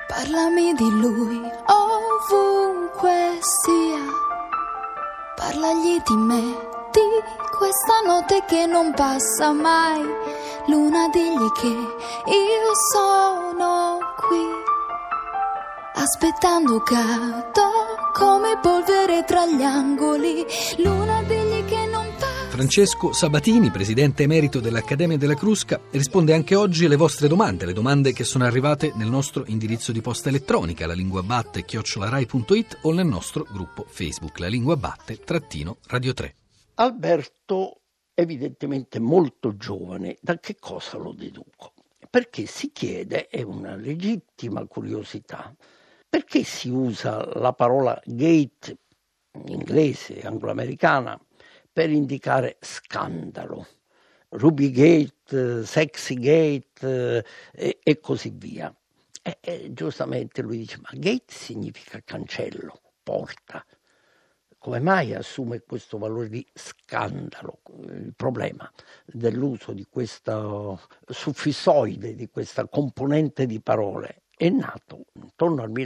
Parlami di lui ovunque sia, parlagli di me, di questa notte che non passa mai. Luna, digli che io sono qui, aspettando cado come polvere tra gli angoli. Luna, digli che non passa. Francesco Sabatini, presidente emerito dell'Accademia della Crusca, risponde anche oggi alle vostre domande, le domande che sono arrivate nel nostro indirizzo di posta elettronica, lalinguabatte@rai.it, o nel nostro gruppo Facebook, La Lingua Batte-Radio 3. Alberto, evidentemente molto giovane, da che cosa lo deduco? Perché si chiede, è una legittima curiosità, perché si usa la parola gate, inglese, angloamericana, per indicare scandalo, Rubygate, Sexygate e così via. E giustamente lui dice, ma gate significa cancello, porta. Come mai assume questo valore di scandalo? Il problema dell'uso di questo suffissoide, di questa componente di parole, è nato intorno al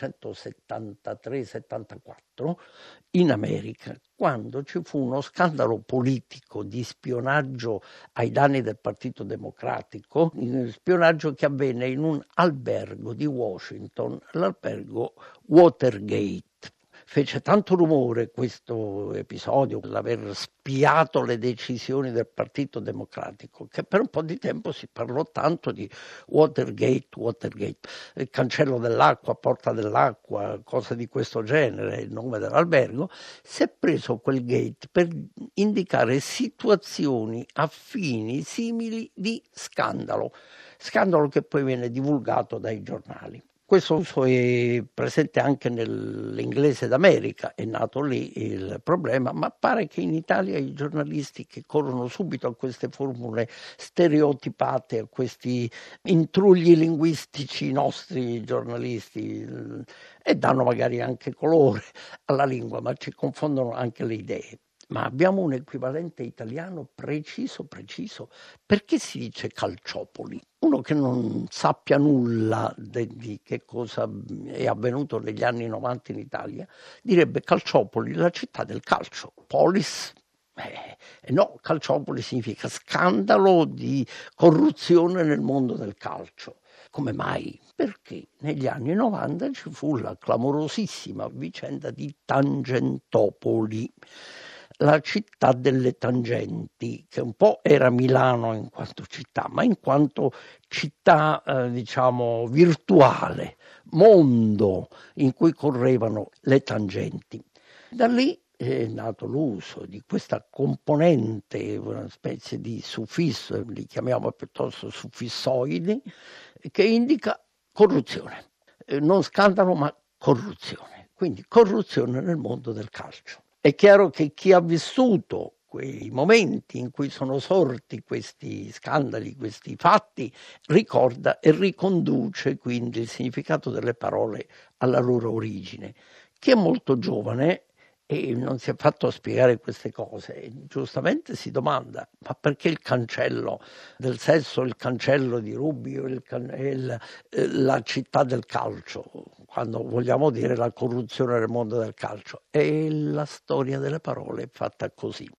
1973-74 in America, quando ci fu uno scandalo politico di spionaggio ai danni del Partito Democratico, spionaggio che avvenne in un albergo di Washington, l'albergo Watergate. Fece tanto rumore questo episodio, l'aver spiato le decisioni del Partito Democratico, che per un po' di tempo si parlò tanto di Watergate, il cancello dell'acqua, porta dell'acqua, cose di questo genere, il nome dell'albergo. Si è preso quel gate per indicare situazioni affini, simili di scandalo che poi viene divulgato dai giornali. Questo uso è presente anche nell'inglese d'America, è nato lì il problema, ma pare che in Italia i giornalisti che corrono subito a queste formule stereotipate, a questi intrugli linguistici, i nostri giornalisti, e danno magari anche colore alla lingua, ma ci confondono anche le idee. Ma abbiamo un equivalente italiano preciso. Perché si dice calciopoli? Uno che non sappia nulla di che cosa è avvenuto negli anni 90 in Italia direbbe Calciopoli, la città del calcio. Polis? No, Calciopoli significa scandalo di corruzione nel mondo del calcio. Come mai? Perché negli anni 90 ci fu la clamorosissima vicenda di Tangentopoli, la città delle tangenti, che un po' era Milano in quanto città, ma in quanto città, virtuale, mondo in cui correvano le tangenti. Da lì è nato l'uso di questa componente, una specie di suffisso, li chiamiamo piuttosto suffissoidi, che indica corruzione. Non scandalo, ma corruzione. Quindi corruzione nel mondo del calcio. È chiaro che chi ha vissuto quei momenti in cui sono sorti questi scandali, questi fatti, ricorda e riconduce quindi il significato delle parole alla loro origine. Chi è molto giovane e non si è fatto spiegare queste cose, giustamente si domanda, ma perché il cancello del sesso, il cancello di Rubio, la città del calcio, quando vogliamo dire la corruzione nel mondo del calcio? E la storia delle parole è fatta così.